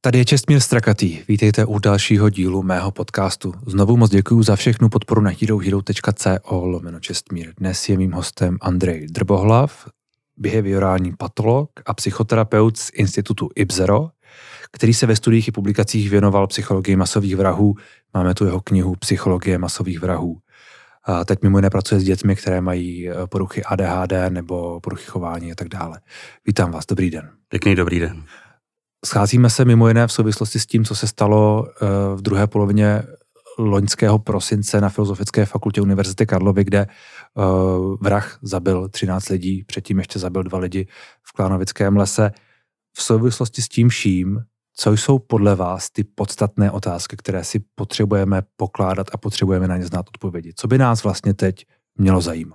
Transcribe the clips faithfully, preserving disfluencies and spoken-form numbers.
Tady je Čestmír Strakatý. Vítejte u dalšího dílu mého podcastu. Znovu moc děkuju za všechnu podporu na herohero tečka co lomeno Čestmír. Dnes je mým hostem Andrej Drbohlav, behaviorální patolog a psychoterapeut z institutu IBZERO, který se ve studiích i publikacích věnoval psychologii masových vrahů. Máme tu jeho knihu Psychologie masových vrahů. A teď mimo jiné pracuje s dětmi, které mají poruchy A D H D nebo poruchy chování a tak dále. Vítám vás, dobrý den. Pěkný dobrý den. Scházíme se mimo jiné v souvislosti s tím, co se stalo v druhé polovině loňského prosince na Filozofické fakultě Univerzity Karlovy, kde vrah zabil třináct lidí, předtím ještě zabil dva lidi v Klánovickém lese. V souvislosti s tím vším, co jsou podle vás ty podstatné otázky, které si potřebujeme pokládat a potřebujeme na ně znát odpovědi? Co by nás vlastně teď mělo zajímat?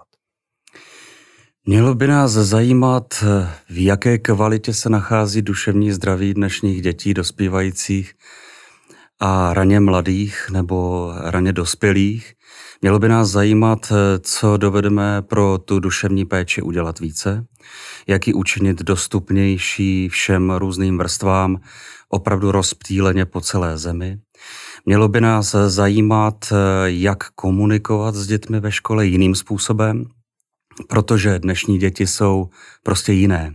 Mělo by nás zajímat, v jaké kvalitě se nachází duševní zdraví dnešních dětí, dospívajících a raně mladých nebo raně dospělých. Mělo by nás zajímat, co dovedeme pro tu duševní péči udělat více, jak ji učinit dostupnější všem různým vrstvám, opravdu rozptýleně po celé zemi. Mělo by nás zajímat, jak komunikovat s dětmi ve škole jiným způsobem, protože dnešní děti jsou prostě jiné.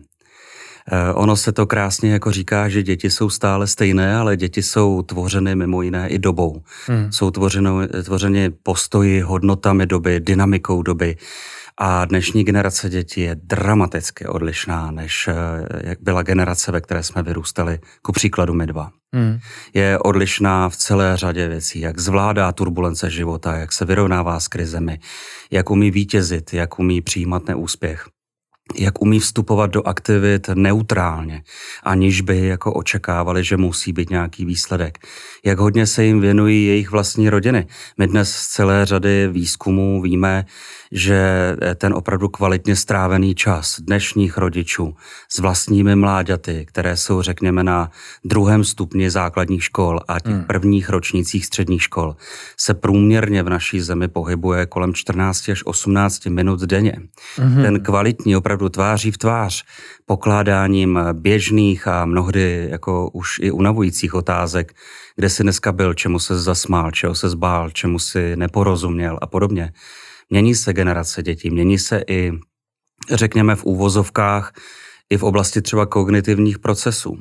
Ono se to krásně jako říká, že děti jsou stále stejné, ale děti jsou tvořeny mimo jiné i dobou. Hmm. Jsou tvořeny, tvořeny postoji, hodnotami doby, dynamikou doby. A dnešní generace dětí je dramaticky odlišná, než jak byla generace, ve které jsme vyrůstali, ku příkladu my dva. Hmm. Je odlišná v celé řadě věcí, jak zvládá turbulence života, jak se vyrovnává s krizemi, jak umí vítězit, jak umí přijímat neúspěch, jak umí vstupovat do aktivit neutrálně, aniž by jako očekávali, že musí být nějaký výsledek. Jak hodně se jim věnují jejich vlastní rodiny. My dnes z celé řady výzkumů víme, že ten opravdu kvalitně strávený čas dnešních rodičů s vlastními mláďaty, které jsou, řekněme, na druhém stupni základních škol a těch hmm. prvních ročnících středních škol, se průměrně v naší zemi pohybuje kolem čtrnáct až osmnáct minut denně. Hmm. Ten kvalitní opravdu tváří v tvář pokládáním běžných a mnohdy jako už i unavujících otázek, kde si dneska byl, čemu se zasmál, čeho se zbál, čemu si neporozuměl a podobně. Mění se generace dětí, mění se i, řekněme, v úvozovkách, i v oblasti třeba kognitivních procesů.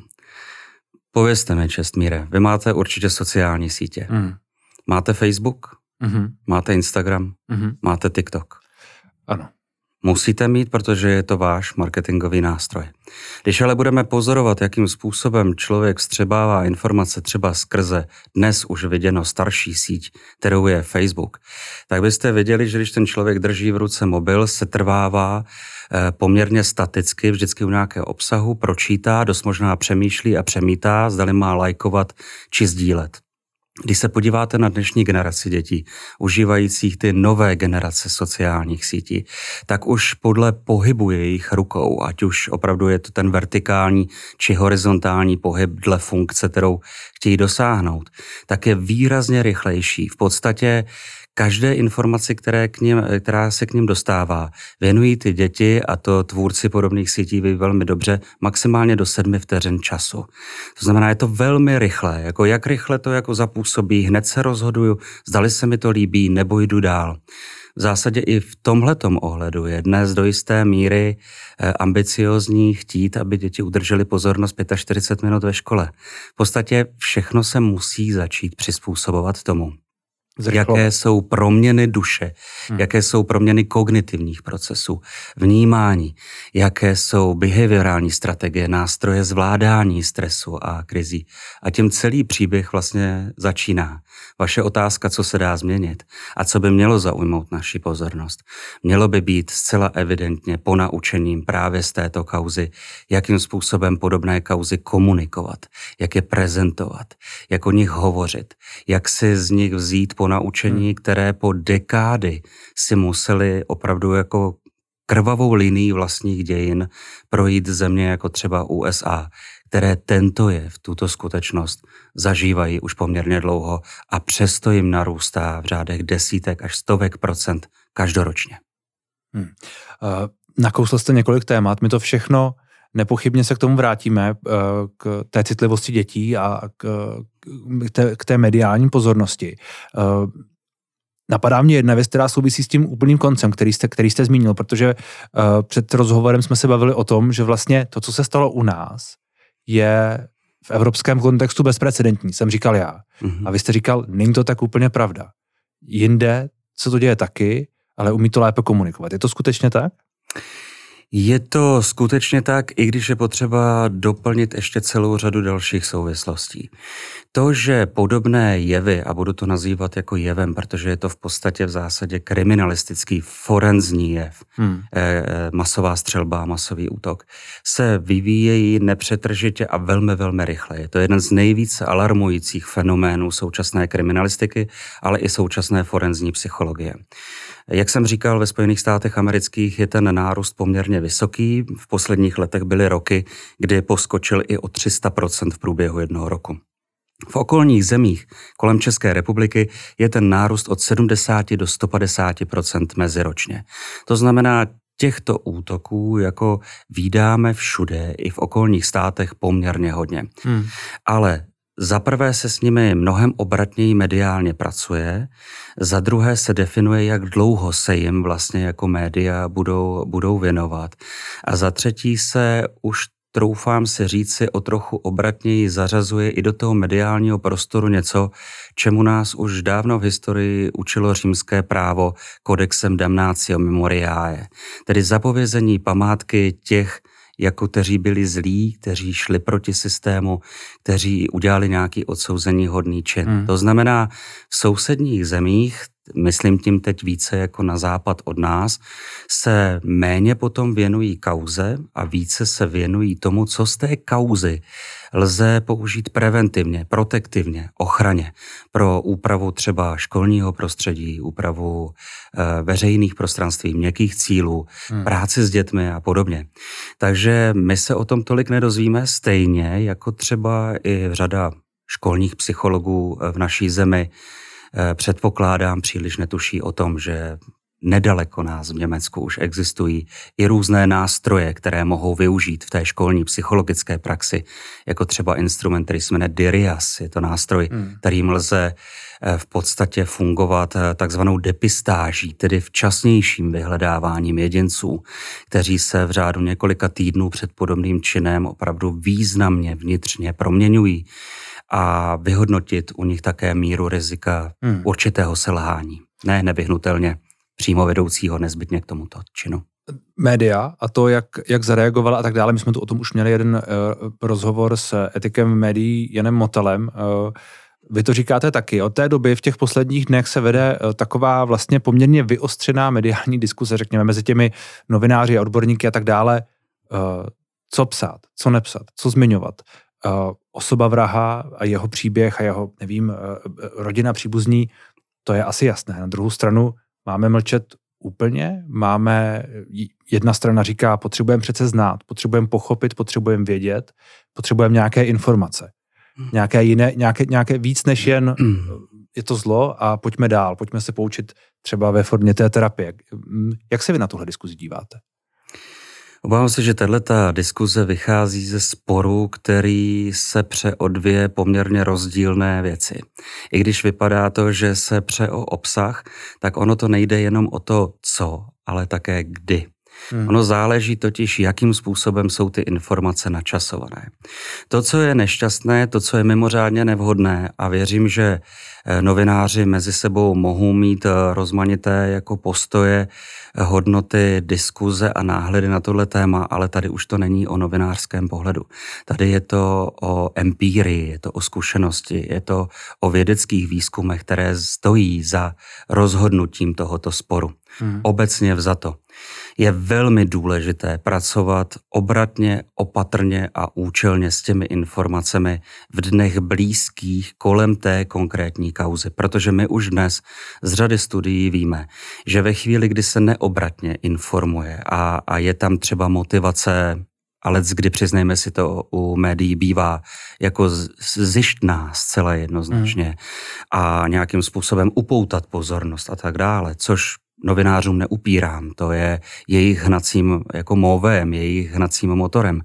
Povězte mi, Čestmíre, vy máte určitě sociální sítě. Mm. Máte Facebook? Mm-hmm. Máte Instagram? Mm-hmm. Máte TikTok? Ano. Musíte mít, protože je to váš marketingový nástroj. Když ale budeme pozorovat, jakým způsobem člověk vstřebává informace třeba skrze dnes už viděno starší síť, kterou je Facebook, tak byste viděli, že když ten člověk drží v ruce mobil, se trvává eh, poměrně staticky, vždycky u nějakého obsahu, pročítá, dost možná přemýšlí a přemítá, zdali má lajkovat či sdílet. Když se podíváte na dnešní generaci dětí, užívajících ty nové generace sociálních sítí, tak už podle pohybu jejich rukou, ať už opravdu je to ten vertikální či horizontální pohyb dle funkce, kterou chtějí dosáhnout, tak je výrazně rychlejší. V podstatě každé informaci, které k ním, která se k ním dostává, věnují ty děti, a to tvůrci podobných sítí ví velmi dobře, maximálně do sedmi vteřin času. To znamená, je to velmi rychlé. Jako jak rychle to jako zapůsobí, hned se rozhoduju, zdali se mi to líbí, nebo jdu dál. V zásadě i v tomhletom ohledu je dnes do jisté míry ambiciozní chtít, aby děti udržely pozornost čtyřicet pět minut ve škole. V podstatě všechno se musí začít přizpůsobovat tomu, Zrychlo. Jaké jsou proměny duše, hmm. jaké jsou proměny kognitivních procesů, vnímání, jaké jsou behaviorální strategie, nástroje zvládání stresu a krizí. A tím celý příběh vlastně začíná. Vaše otázka, co se dá změnit a co by mělo zaujmout naši pozornost, mělo by být zcela evidentně ponaučením právě z této kauzy, jakým způsobem podobné kauzy komunikovat, jak je prezentovat, jak o nich hovořit, jak si z nich vzít ponaučení, hmm. které po dekády si museli opravdu jako krvavou linií vlastních dějin projít země jako třeba U S A, které tento jev, tuto skutečnost zažívají už poměrně dlouho a přesto jim narůstá v řádech desítek až stovek procent každoročně. Hmm. Uh, nakousl jste několik témat, my to všechno nepochybně se k tomu vrátíme, k té citlivosti dětí a k, k, té, k té mediální pozornosti. Napadá mě jedna věc, která souvisí s tím úplným koncem, který jste, který jste zmínil, protože před rozhovorem jsme se bavili o tom, že vlastně to, co se stalo u nás, je v evropském kontextu bezprecedentní, jsem říkal já. Mm-hmm. A vy jste říkal, není to tak úplně pravda. Jinde se to děje taky, ale umí to lépe komunikovat. Je to skutečně tak? Je to skutečně tak, i když je potřeba doplnit ještě celou řadu dalších souvislostí. To, že podobné jevy, a budu to nazývat jako jevem, protože je to v podstatě v zásadě kriminalistický forenzní jev, hmm. eh, masová střelba, masový útok, se vyvíjejí nepřetržitě a velmi, velmi rychle. Je to jeden z nejvíce alarmujících fenoménů současné kriminalistiky, ale i současné forenzní psychologie. Jak jsem říkal, ve Spojených státech amerických je ten nárůst poměrně vysoký. V posledních letech byly roky, kdy poskočil i o tři sta procent v průběhu jednoho roku. V okolních zemích kolem České republiky je ten nárůst od sedmdesát do sto padesát procent meziročně. To znamená, těchto útoků jako vídáme všude, i v okolních státech poměrně hodně. Hmm. Ale za prvé se s nimi mnohem obratněji mediálně pracuje, za druhé se definuje, jak dlouho se jim vlastně jako média budou, budou věnovat. A za třetí se už troufám si říci, o trochu obratněji zařazuje i do toho mediálního prostoru něco, čemu nás už dávno v historii učilo římské právo Codexem damnatio memoriae, tedy zapovězení památky těch, jako kteří byli zlí, kteří šli proti systému, kteří udělali nějaký odsouzení hodný čin. Hmm. To znamená, v sousedních zemích, myslím tím teď více jako na západ od nás, se méně potom věnují kauze a více se věnují tomu, co z té kauzy lze použít preventivně, protektivně, ochraně pro úpravu třeba školního prostředí, úpravu e, veřejných prostranství, měkkých cílů, hmm. práci s dětmi a podobně. Takže my se o tom tolik nedozvíme, stejně jako třeba i řada školních psychologů v naší zemi e, předpokládám příliš netuší o tom, že nedaleko nás v Německu už existují i různé nástroje, které mohou využít v té školní psychologické praxi, jako třeba instrument, který se jmenuje Dirias. Je to nástroj, hmm. kterým lze v podstatě fungovat takzvanou depistáží, tedy včasnějším vyhledáváním jedinců, kteří se v řádu několika týdnů před podobným činem opravdu významně vnitřně proměňují a vyhodnotit u nich také míru rizika hmm. určitého selhání. Ne nevyhnutelně přímo vedoucího nezbytně k tomuto činu. Média a to, jak, jak zareagovala a tak dále. My jsme tu o tom už měli jeden uh, rozhovor s etikem médií Janem Motelem. Uh, vy to říkáte taky. Od té doby v těch posledních dnech se vede uh, taková vlastně poměrně vyostřená mediální diskuse, řekněme, mezi těmi novináři a odborníky a tak dále. Uh, co psát, co nepsat, co zmiňovat. Uh, osoba vraha a jeho příběh a jeho, nevím, uh, rodina příbuzní, to je asi jasné. Na druhou stranu máme mlčet úplně, máme, jedna strana říká, potřebujeme přece znát, potřebujeme pochopit, potřebujeme vědět, potřebujeme nějaké informace. Nějaké jiné, nějaké, nějaké víc než jen je to zlo a pojďme dál, pojďme se poučit třeba ve formě té terapie. Jak se vy na tuhle diskuzi díváte? Obávám se, že tato diskuze vychází ze sporu, který se pře o dvě poměrně rozdílné věci. I když vypadá to, že se pře o obsah, tak ono to nejde jenom o to, co, ale také kdy. Hmm. Ono záleží totiž, jakým způsobem jsou ty informace načasované. To, co je nešťastné, to, co je mimořádně nevhodné, a věřím, že novináři mezi sebou mohou mít rozmanité jako postoje, hodnoty, diskuze a náhledy na tohle téma, ale tady už to není o novinářském pohledu. Tady je to o empírii, je to o zkušenosti, je to o vědeckých výzkumech, které stojí za rozhodnutím tohoto sporu. Hmm. Obecně vzato. Je velmi důležité pracovat obratně, opatrně a účelně s těmi informacemi v dnech blízkých kolem té konkrétní kauzy, protože my už dnes z řady studií víme, že ve chvíli, kdy se neobratně informuje a, a je tam třeba motivace, ale kdy, přiznejme si to, u médií bývá jako zištná zcela jednoznačně hmm. a nějakým způsobem upoutat pozornost a tak dále, což novinářům neupírám, to je jejich hnacím jako móvem, jejich hnacím motorem.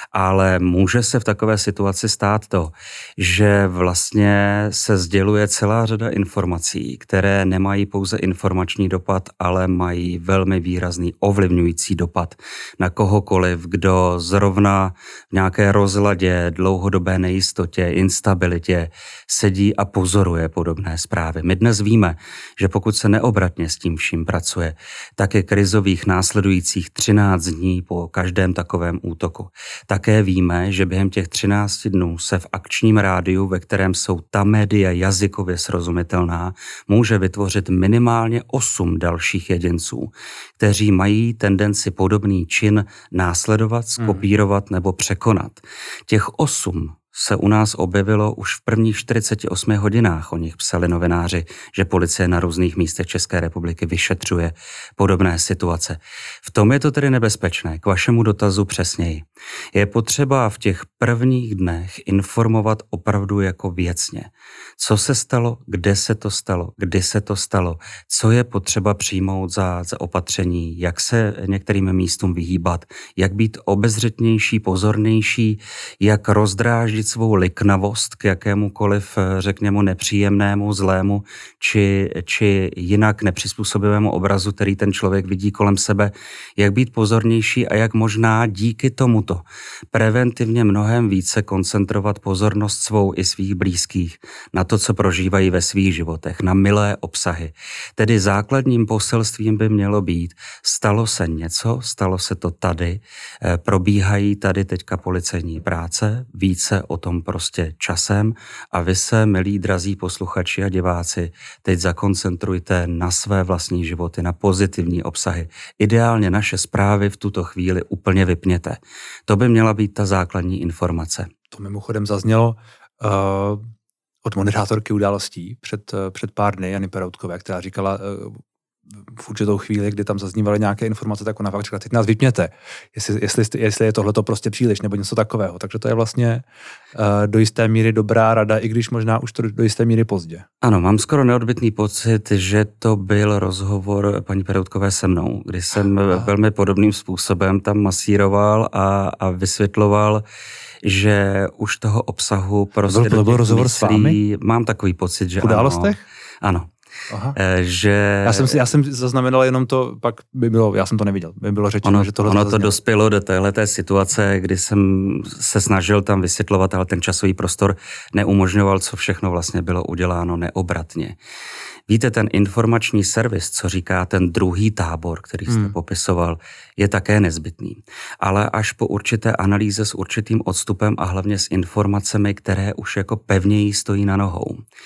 Ale může se v takové situaci stát to, že vlastně se sděluje celá řada informací, které nemají pouze informační dopad, ale mají velmi výrazný ovlivňující dopad na kohokoliv, kdo zrovna v nějaké rozladě, dlouhodobé nejistotě, instabilitě sedí a pozoruje podobné zprávy. My dnes víme, že pokud se neobratně s tím vším pracuje, tak je krizových následujících třináct dní po každém takovém útoku. Také víme, že během těch třinácti dnů se v akčním rádiu, ve kterém jsou ta média jazykově srozumitelná, může vytvořit minimálně osm dalších jedinců, kteří mají tendenci podobný čin následovat, skopírovat nebo překonat. Těch osm se u nás objevilo už v prvních čtyřiceti osmi hodinách, o nich psali novináři, že policie na různých místech České republiky vyšetřuje podobné situace. V tom je to tedy nebezpečné. K vašemu dotazu přesněji. Je potřeba v těch prvních dnech informovat opravdu jako věcně. Co se stalo, kde se to stalo, kdy se to stalo, co je potřeba přijmout za, za opatření, jak se některým místům vyhýbat, jak být obezřetnější, pozornější, jak rozdráždit svou liknavost k jakémukoliv, řekněme, nepříjemnému, zlému či, či jinak nepřizpůsobivému obrazu, který ten člověk vidí kolem sebe, jak být pozornější a jak možná díky tomuto preventivně mnohem více koncentrovat pozornost svou i svých blízkých na to, co prožívají ve svých životech, na milé obsahy. Tedy základním poselstvím by mělo být, stalo se něco, stalo se to tady, probíhají tady teďka policejní práce, více o tom prostě časem a vy se, milí drazí posluchači a diváci, teď zakoncentrujte na své vlastní životy, na pozitivní obsahy. Ideálně naše zprávy v tuto chvíli úplně vypněte. To by měla být ta základní informace. To mimochodem zaznělo uh, od moderátorky událostí před, uh, před pár dny, Jany Peroutkové, která říkala uh, v určitou chvíli, kdy tam zaznívaly nějaké informace, tak ona fakt říkala, teď nás vypněte, jestli, jestli, jestli je tohleto prostě příliš, nebo něco takového. Takže to je vlastně uh, do jisté míry dobrá rada, i když možná už to do jisté míry pozdě. Ano, mám skoro neodbytný pocit, že to byl rozhovor paní Peroutkové se mnou, kdy jsem Aha. velmi podobným způsobem tam masíroval a, a vysvětloval, že už toho obsahu prostě byl, byl rozhovor myslí, s vámi? Mám takový pocit, že v událostech? Ano. ano. Aha. Že... Já jsem, si, já jsem zaznamenal jenom to, pak by bylo, já jsem to neviděl, by bylo řečeno, ono, že tohle Ono to to dospělo do téhleté situace, kdy jsem se snažil tam vysvětlovat, ale ten časový prostor neumožňoval, co všechno vlastně bylo uděláno neobratně. Víte, ten informační servis, co říká ten druhý tábor, který jste hmm. popisoval, je také nezbytný. Ale až po určité analýze s určitým odstupem a hlavně s informacemi, které už jako pevněji stojí na nohou.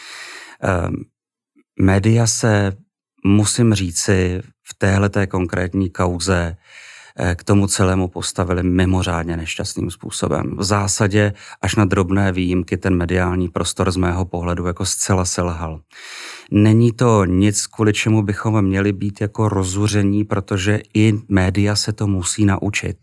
Um, Média se, musím říci, v téhleté konkrétní kauze k tomu celému postavili mimořádně nešťastným způsobem. V zásadě až na drobné výjimky ten mediální prostor z mého pohledu jako zcela selhal. Není to nic, kvůli čemu bychom měli být jako rozuření, protože i média se to musí naučit.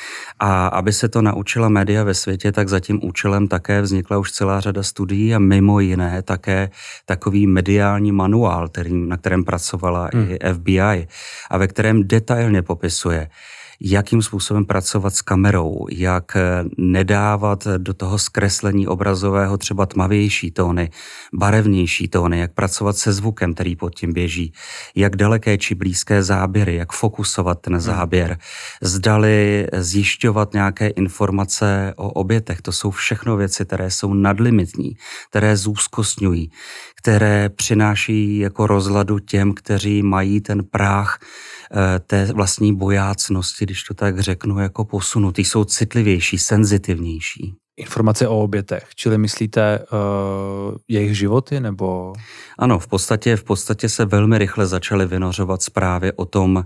A aby se to naučila média ve světě, tak za tím účelem také vznikla už celá řada studií a mimo jiné také takový mediální manuál, který, na kterém pracovala hmm. i F B I a ve kterém detailně popisuje, jakým způsobem pracovat s kamerou, jak nedávat do toho zkreslení obrazového třeba tmavější tóny, barevnější tóny, jak pracovat se zvukem, který pod tím běží, jak daleké či blízké záběry, jak fokusovat ten záběr, zdali zjišťovat nějaké informace o obětech. To jsou všechno věci, které jsou nadlimitní, které zúzkostňují, které přináší jako rozladu těm, kteří mají ten práh té vlastní bojácnosti, když to tak řeknu, jako posunutý, jsou citlivější, senzitivnější. Informace o obětech, čili myslíte uh, jejich životy, nebo? Ano, v podstatě, v podstatě se velmi rychle začaly vynořovat zprávy o tom, uh,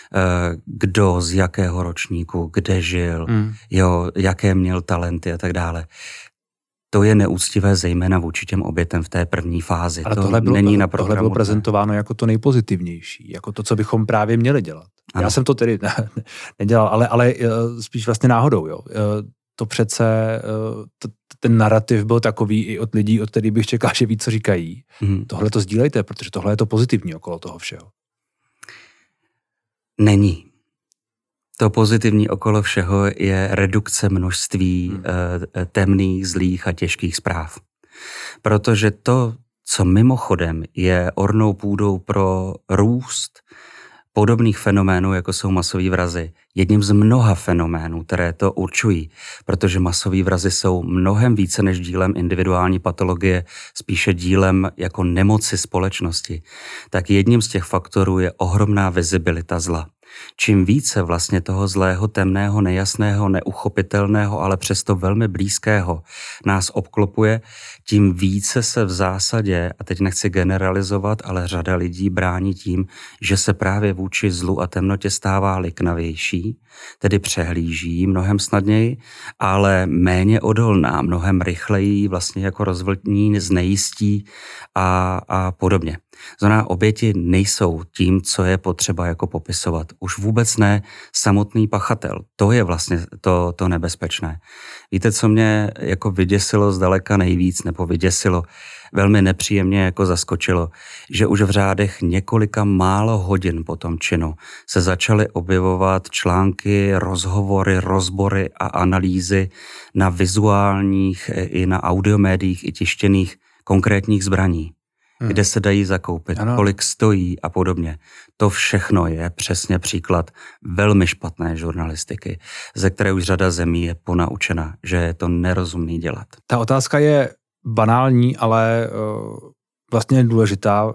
kdo z jakého ročníku, kde žil, mm. jo, jaké měl talenty a tak dále. To je neúctivé zejména vůči těm obětem v té první fázi. Ale to tohle bylo, není na tohle bylo prezentováno jako to nejpozitivnější, jako to, co bychom právě měli dělat. Ano. Já jsem to tedy ne, ne, nedělal, ale, ale spíš vlastně náhodou. Jo. To přece, to, ten narrativ byl takový i od lidí, od kterých bych čekal, že ví, co říkají. Hmm. Tohle to sdílejte, protože tohle je to pozitivní okolo toho všeho. Není. To pozitivní okolo všeho je redukce množství hmm. temných, zlých a těžkých zpráv. Protože to, co mimochodem je ornou půdou pro růst podobných fenoménů, jako jsou masové vrazy, jedním z mnoha fenoménů, které to určují, protože masové vrazy jsou mnohem více než dílem individuální patologie, spíše dílem jako nemoci společnosti, tak jedním z těch faktorů je ohromná vizibilita zla. Čím více vlastně toho zlého, temného, nejasného, neuchopitelného, ale přesto velmi blízkého nás obklopuje, tím více se v zásadě, a teď nechci generalizovat, ale řada lidí brání tím, že se právě vůči zlu a temnotě stává liknavější, tedy přehlíží mnohem snadněji, ale méně odolná, mnohem rychleji vlastně jako rozvltní, znejistí a, a podobně. Znamená, oběti nejsou tím, co je potřeba jako popisovat. Už vůbec ne samotný pachatel. To je vlastně to, to nebezpečné. Víte, co mě jako vyděsilo zdaleka nejvíc, nebo vyděsilo, velmi nepříjemně jako zaskočilo, že už v řádech několika málo hodin po tom činu se začaly objevovat články, rozhovory, rozbory a analýzy na vizuálních i na audiomédiích i tištěných konkrétních zbraní. Hmm. Kde se dají zakoupit, ano. Kolik stojí a podobně. To všechno je přesně příklad velmi špatné žurnalistiky, ze které už řada zemí je ponaučena, že je to nerozumný dělat. Ta otázka je banální, ale uh, vlastně důležitá.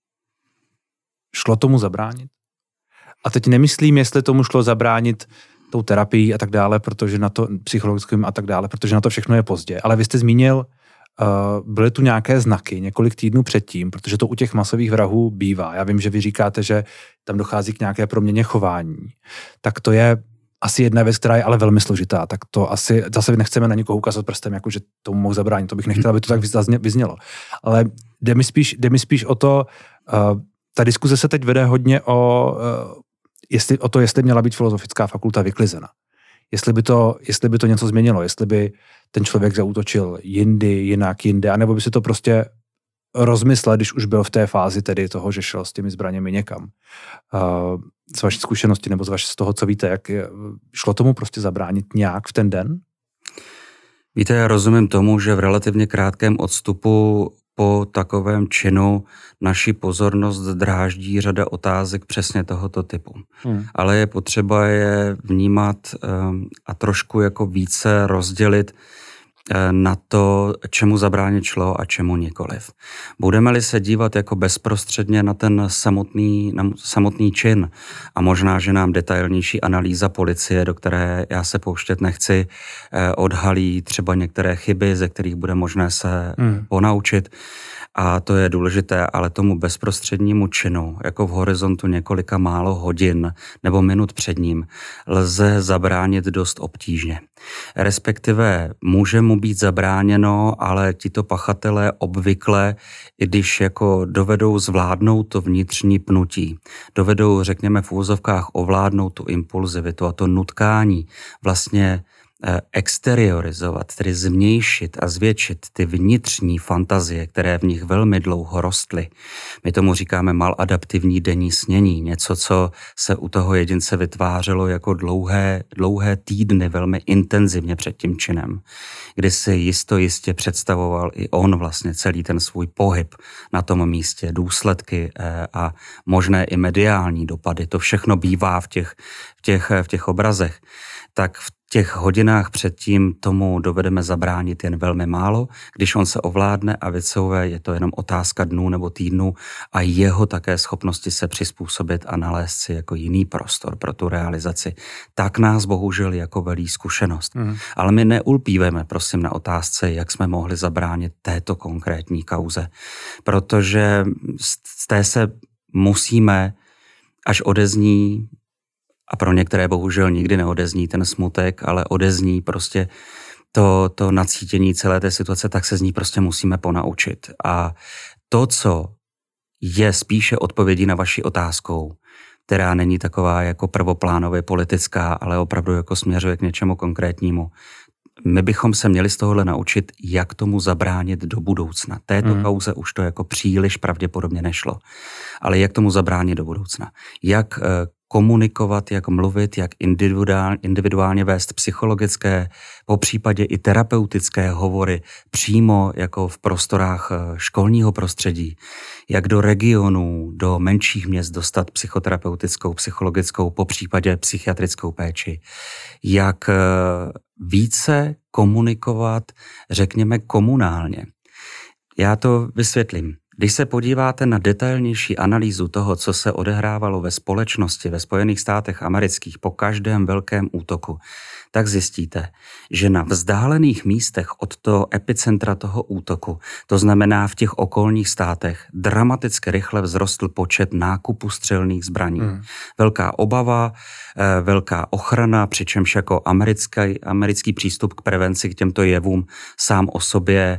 Šlo tomu zabránit? A teď nemyslím, jestli tomu šlo zabránit tou terapií a tak dále, protože na to psychologickým a tak dále, protože na to všechno je pozdě. Ale vy jste zmínil, Uh, byly tu nějaké znaky několik týdnů předtím, protože to u těch masových vrahů bývá. Já vím, že vy říkáte, že tam dochází k nějaké proměně chování. Tak to je asi jedna věc, která je ale velmi složitá. Tak to asi, zase nechceme na někoho ukazat prstem, jako že tomu mohu zabránit. To bych nechtěla, aby to tak vyznělo. Ale jde mi spíš, jde mi spíš o to, uh, ta diskuze se teď vede hodně o, uh, jestli, o to, jestli měla být filozofická fakulta vyklizena. Jestli by to, jestli by to něco změnilo, jestli by ten člověk zaútočil jindy, jinak, jinde, anebo by si to prostě rozmyslel, když už byl v té fázi tedy toho, že šel s těmi zbraněmi někam. Uh, z vaší zkušenosti nebo z, vaš, z toho, co víte, jak je, šlo tomu prostě zabránit nějak v ten den? Víte, já rozumím tomu, že v relativně krátkém odstupu po takovém činu naši pozornost dráždí řada otázek přesně tohoto typu. Hmm. Ale je potřeba je vnímat um, a trošku jako více rozdělit na to, čemu zabránit šlo a čemu nikoliv. Budeme-li se dívat jako bezprostředně na ten samotný, na samotný čin a možná, že nám detailnější analýza policie, do které já se pouštět nechci, odhalí třeba některé chyby, ze kterých bude možné se hmm. ponaučit. A to je důležité, ale tomu bezprostřednímu činu, jako v horizontu několika málo hodin nebo minut před ním, lze zabránit dost obtížně. Respektive může mu být zabráněno, ale tito pachatelé obvykle, i když jako dovedou zvládnout to vnitřní pnutí, dovedou, řekněme v úvozovkách, ovládnout tu impulzivitu a to nutkání vlastně exteriorizovat, tedy změjšit a zvětšit ty vnitřní fantazie, které v nich velmi dlouho rostly. My tomu říkáme maladaptivní denní snění, něco, co se u toho jedince vytvářelo jako dlouhé, dlouhé týdny velmi intenzivně před tím činem, kdy si jisto jistě představoval i on vlastně celý ten svůj pohyb na tom místě, důsledky a možné i mediální dopady. To všechno bývá v těch, v těch, v těch obrazech. Tak v těch hodinách předtím tomu dovedeme zabránit jen velmi málo. Když on se ovládne a vycouve, je to jenom otázka dnů nebo týdnů a jeho také schopnosti se přizpůsobit a nalézt si jako jiný prostor pro tu realizaci. Tak nás bohužel jako velí zkušenost. Mm. Ale my neulpíveme, prosím, na otázce, jak jsme mohli zabránit této konkrétní kauze. Protože z té se musíme, až odezní, a pro některé bohužel nikdy neodezní ten smutek, ale odezní prostě to, to nacítění celé té situace, tak se z ní prostě musíme ponaučit. A to, co je spíše odpovědí na vaši otázkou, která není taková jako prvoplánově politická, ale opravdu jako směřuje k něčemu konkrétnímu, my bychom se měli z tohohle naučit, jak tomu zabránit do budoucna. Této hmm. kauze už to jako příliš pravděpodobně nešlo. Ale jak tomu zabránit do budoucna? Jak komunikovat, jak mluvit, jak individuálně, individuálně vést psychologické, po případě i terapeutické hovory přímo jako v prostorách školního prostředí, jak do regionů, do menších měst dostat psychoterapeutickou, psychologickou, po případě psychiatrickou péči, jak více komunikovat, řekněme, komunálně. Já to vysvětlím. Když se podíváte na detailnější analýzu toho, co se odehrávalo ve společnosti ve Spojených státech amerických po každém velkém útoku, tak zjistíte, že na vzdálených místech od toho epicentra toho útoku, to znamená v těch okolních státech, dramaticky rychle vzrostl počet nákupu střelných zbraní. Hmm. Velká obava, velká ochrana, přičemž jako americký, americký přístup k prevenci k těmto jevům sám o sobě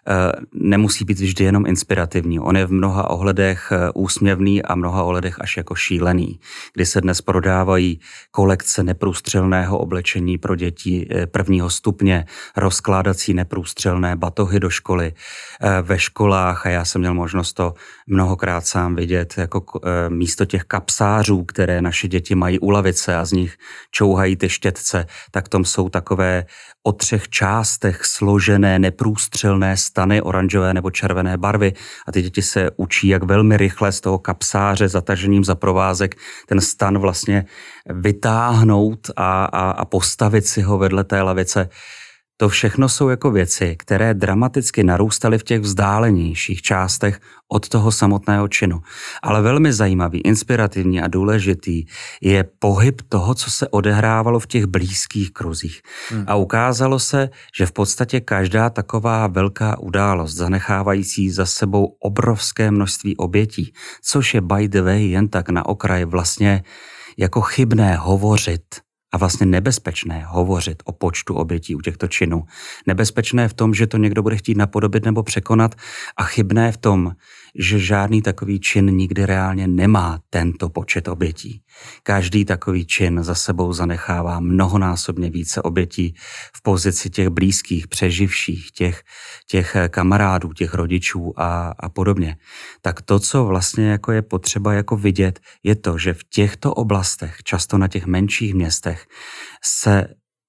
nemusí být vždy jenom inspirativní. On je v mnoha ohledech úsměvný a mnoha ohledech až jako šílený, kdy se dnes prodávají kolekce neprůstřelného oblečení pro děti prvního stupně, rozkládací neprůstřelné batohy do školy, ve školách, a já jsem měl možnost to mnohokrát sám vidět, jako místo těch kapsářů, které naše děti mají u lavice a z nich čouhají ty štětce, tak tom jsou takové o třech částech složené neprůstřelné stany oranžové nebo červené barvy a ty děti se učí, jak velmi rychle z toho kapsáře zatažením za provázek ten stan vlastně vytáhnout a, a, a postavit si ho vedle té lavice. To všechno jsou jako věci, které dramaticky narůstaly v těch vzdálenějších částech od toho samotného činu. Ale velmi zajímavý, inspirativní a důležitý je pohyb toho, co se odehrávalo v těch blízkých kruzích. Hmm. A ukázalo se, že v podstatě každá taková velká událost, zanechávající za sebou obrovské množství obětí, což je by the way jen tak na okraj vlastně jako chybné hovořit, a vlastně nebezpečné hovořit o počtu obětí u těchto činů. Nebezpečné v tom, že to někdo bude chtít napodobit nebo překonat, a chybné v tom, že žádný takový čin nikdy reálně nemá tento počet obětí. Každý takový čin za sebou zanechává mnohonásobně více obětí v pozici těch blízkých, přeživších, těch, těch kamarádů, těch rodičů a, a podobně. Tak to, co vlastně jako je potřeba jako vidět, je to, že v těchto oblastech, často na těch menších městech, se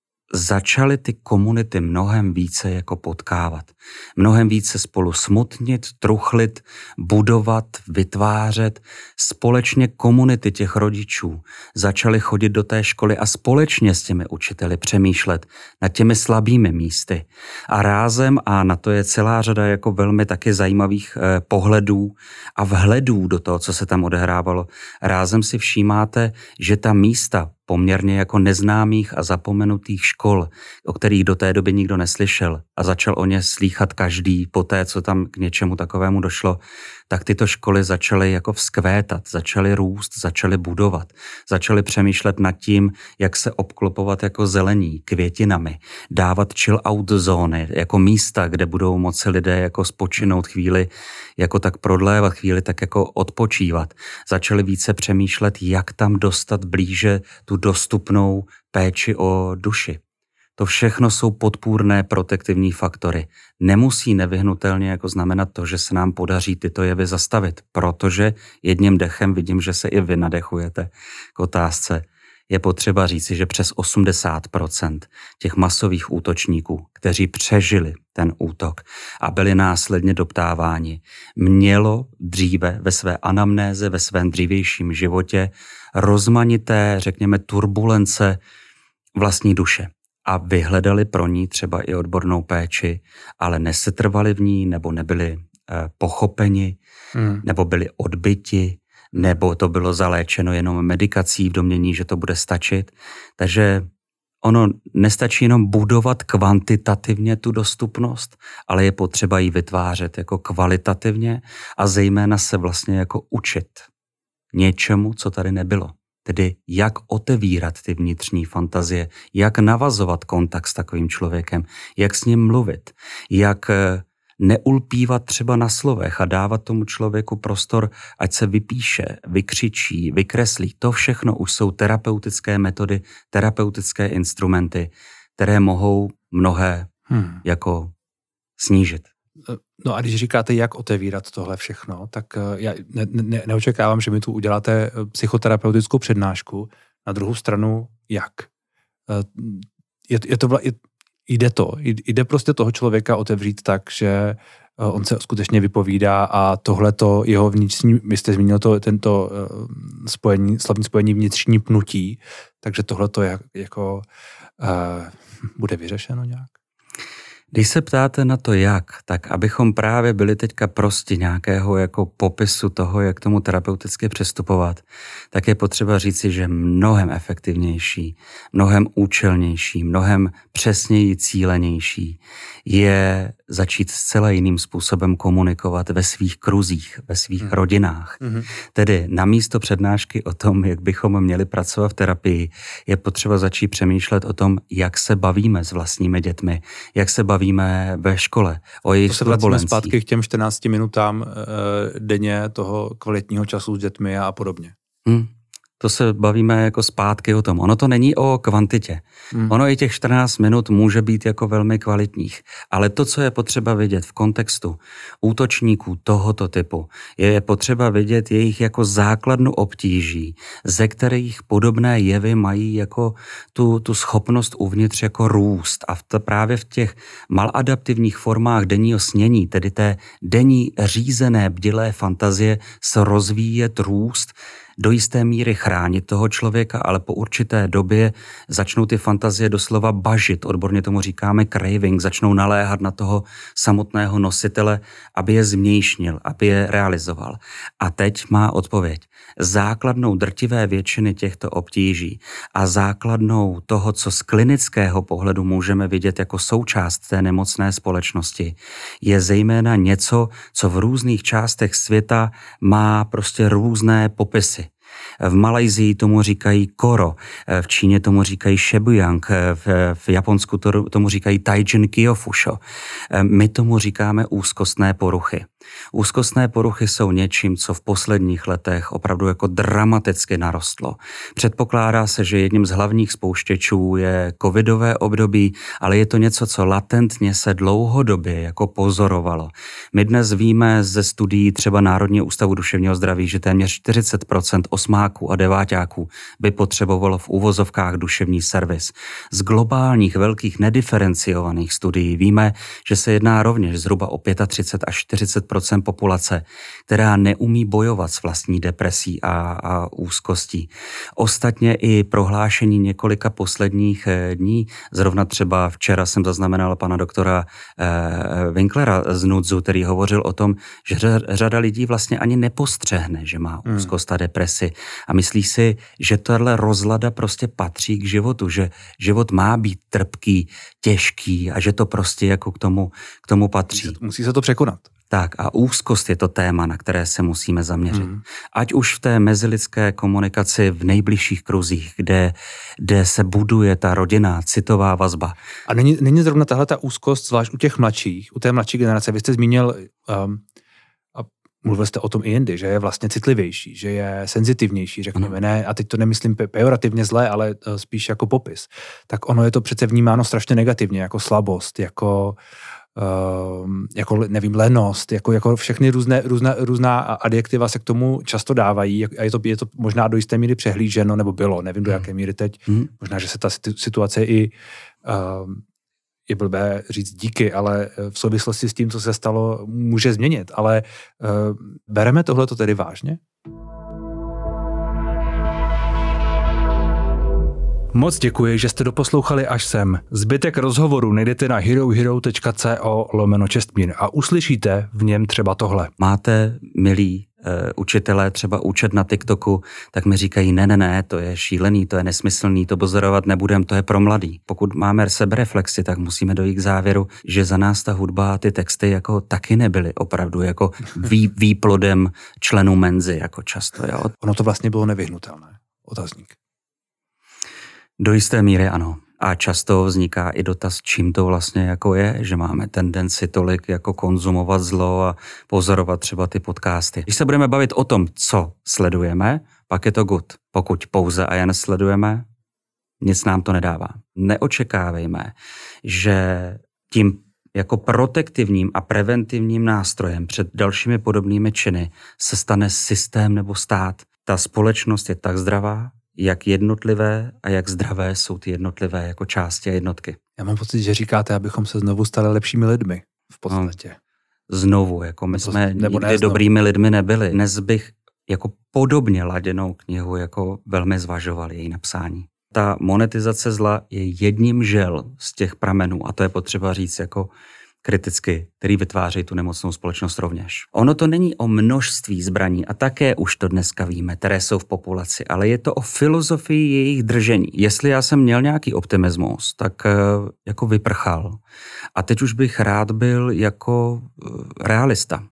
začaly ty komunity mnohem více jako potkávat. Mnohem více spolu smutnit, truchlit, budovat, vytvářet. Společně komunity těch rodičů začaly chodit do té školy a společně s těmi učiteli přemýšlet nad těmi slabými místy. A rázem, a na to je celá řada jako velmi taky zajímavých eh, pohledů a vhledů do toho, co se tam odehrávalo, rázem si všímáte, že ta místa poměrně jako neznámých a zapomenutých škol, o kterých do té doby nikdo neslyšel a začal o ně slýchat každý po té, co tam k něčemu takovému došlo, tak tyto školy začaly jako vzkvétat, začaly růst, začaly budovat, začaly přemýšlet nad tím, jak se obklopovat jako zelení, květinami, dávat chill out zóny, jako místa, kde budou moci lidé jako spočinout chvíli, jako tak prodlévat chvíli, tak jako odpočívat. Začaly více přemýšlet, jak tam dostat blíže tu dostupnou péči o duši. To všechno jsou podpůrné protektivní faktory. Nemusí nevyhnutelně jako znamenat to, že se nám podaří tyto jevy zastavit, protože jedním dechem vidím, že se i vy nadechujete k otázce. Je potřeba říci, že přes osmdesát procent těch masových útočníků, kteří přežili ten útok a byli následně doptáváni, mělo dříve ve své anamnéze, ve svém dřívějším životě rozmanité, řekněme, turbulence vlastní duše. A vyhledali pro ní třeba i odbornou péči, ale nesetrvali v ní, nebo nebyli eh, pochopeni, hmm. nebo byli odbyti, nebo to bylo zaléčeno jenom medikací v domnění, že to bude stačit. Takže ono nestačí jenom budovat kvantitativně tu dostupnost, ale je potřeba ji vytvářet jako kvalitativně a zejména se vlastně jako učit něčemu, co tady nebylo. Tedy jak otevírat ty vnitřní fantazie, jak navazovat kontakt s takovým člověkem, jak s ním mluvit, jak neulpívat třeba na slovech a dávat tomu člověku prostor, ať se vypíše, vykřičí, vykreslí. To všechno už jsou terapeutické metody, terapeutické instrumenty, které mohou mnohé hmm. jako snížit. No a když říkáte, jak otevírat tohle všechno, tak já ne, ne, neočekávám, že mi tu uděláte psychoterapeutickou přednášku. Na druhou stranu, jak? Je, je to, je, jde to, jde prostě toho člověka otevřít tak, že on se skutečně vypovídá a tohleto jeho vnitřní, vy jste zmínil to, tento spojení, slavní spojení vnitřní pnutí, takže tohleto jak, jako uh, bude vyřešeno nějak? Když se ptáte na to jak, tak abychom právě byli teďka prosti nějakého jako popisu toho, jak tomu terapeuticky přistupovat, tak je potřeba říci, že mnohem efektivnější, mnohem účelnější, mnohem přesněji cílenější je začít zcela jiným způsobem komunikovat ve svých kruzích, ve svých hmm. rodinách. Hmm. Tedy namísto přednášky o tom, jak bychom měli pracovat v terapii, je potřeba začít přemýšlet o tom, jak se bavíme s vlastními dětmi, jak se bavíme ve škole, o jejich turbulencích. To se vracíme zpátky k těm čtrnácti minutám e, denně toho kvalitního času s dětmi a podobně. Hmm. To se bavíme jako zpátky o tom. Ono to není o kvantitě. Hmm. Ono i těch čtrnáct minut může být jako velmi kvalitních. Ale to, co je potřeba vidět v kontextu útočníků tohoto typu, je potřeba vidět jejich jako základnu obtíží, ze kterých podobné jevy mají jako tu, tu schopnost uvnitř jako růst. A v to, právě v těch maladaptivních formách denního snění, tedy té denní řízené bdělé fantazie, se rozvíjet, růst, do jisté míry chránit toho člověka, ale po určité době začnou ty fantazie doslova bažit, odborně tomu říkáme craving, začnou naléhat na toho samotného nositele, aby je změjšnil, aby je realizoval. A teď má odpověď. Základnou drtivé většiny těchto obtíží a základnou toho, co z klinického pohledu můžeme vidět jako součást té nemocné společnosti, je zejména něco, co v různých částech světa má prostě různé popisy. V Malajsii tomu říkají koro, v Číně tomu říkají shebuyang, v, v Japonsku to, tomu říkají taijin kyofusho. My tomu říkáme úzkostné poruchy. Úzkostné poruchy jsou něčím, co v posledních letech opravdu jako dramaticky narostlo. Předpokládá se, že jedním z hlavních spouštěčů je covidové období, ale je to něco, co latentně se dlouhodobě jako pozorovalo. My dnes víme ze studií třeba Národního ústavu duševního zdraví, že téměř čtyřicet procent osmáků a deváťáků by potřebovalo v uvozovkách duševní servis. Z globálních velkých nediferenciovaných studií víme, že se jedná rovněž zhruba o třicet pět až čtyřicet procent populace, která neumí bojovat s vlastní depresí a, a úzkostí. Ostatně i prohlášení několika posledních dní, zrovna třeba včera jsem zaznamenal pana doktora eh, Winklera z Nudzu, který hovořil o tom, že řada lidí vlastně ani nepostřehne, že má úzkost a depresi a myslí si, že tahle rozlada prostě patří k životu, že život má být trpký, těžký a že to prostě jako k tomu, k tomu patří. Musí, musí se to překonat. Tak a úzkost je to téma, na které se musíme zaměřit. Hmm. Ať už v té mezilidské komunikaci v nejbližších kruzích, kde, kde se buduje ta rodinná citová vazba. A není, není zrovna tahle ta úzkost, zvlášť u těch mladších, u té mladší generace. Vy jste zmínil, um, a mluvil jste o tom i jindy, že je vlastně citlivější, že je senzitivnější, řekněme, hmm. ne, a teď to nemyslím pejorativně zlé, ale spíš jako popis. Tak ono je to přece vnímáno strašně negativně, jako slabost, jako Uh, jako, nevím, lenost, jako, jako všechny různé, různá, různá adjektiva se k tomu často dávají a je to, je to možná do jisté míry přehlíženo, nebo bylo, nevím do jaké míry teď, mm. možná, že se ta situace i uh, je blbé říct díky, ale v souvislosti s tím, co se stalo, může změnit, ale uh, bereme tohleto tedy vážně? Moc děkuji, že jste doposlouchali až sem. Zbytek rozhovoru najdete na herohero tečka co lomeno čestmír a uslyšíte v něm třeba tohle. Máte, milí uh, učitelé, třeba účet na TikToku, tak mi říkají, ne, ne, ne, to je šílený, to je nesmyslný, to pozorovat nebudem, to je pro mladý. Pokud máme sebereflexi, tak musíme dojít k závěru, že za nás ta hudba a ty texty jako taky nebyly opravdu jako vý, výplodem členů menzy, jako často. Jo? Ono to vlastně bylo nevyhnutelné. Otazník. Do jisté míry ano. A často vzniká i dotaz, čím to vlastně jako je, že máme tendenci tolik jako konzumovat zlo a pozorovat třeba ty podcasty. Když se budeme bavit o tom, co sledujeme, pak je to good. Pokud pouze a jen sledujeme, nic nám to nedává. Neočekávejme, že tím jako protektivním a preventivním nástrojem před dalšími podobnými činy se stane systém nebo stát. Ta společnost je tak zdravá, jak jednotlivé a jak zdravé jsou ty jednotlivé jako části a jednotky. Já mám pocit, že říkáte, abychom se znovu stali lepšími lidmi v podstatě. No, znovu, jako my nebo, jsme nebo nikdy dobrými lidmi nebyli. Dnes bych jako podobně laděnou knihu jako velmi zvažoval její napsání. Ta monetizace zla je jedním žel z těch pramenů a to je potřeba říct jako kriticky, který vytváří tu nemocnou společnost rovněž. Ono to není o množství zbraní a také už to dneska víme, které jsou v populaci, ale je to o filozofii jejich držení. Jestli já jsem měl nějaký optimismus, tak jako vyprchal. A teď už bych rád byl jako realista.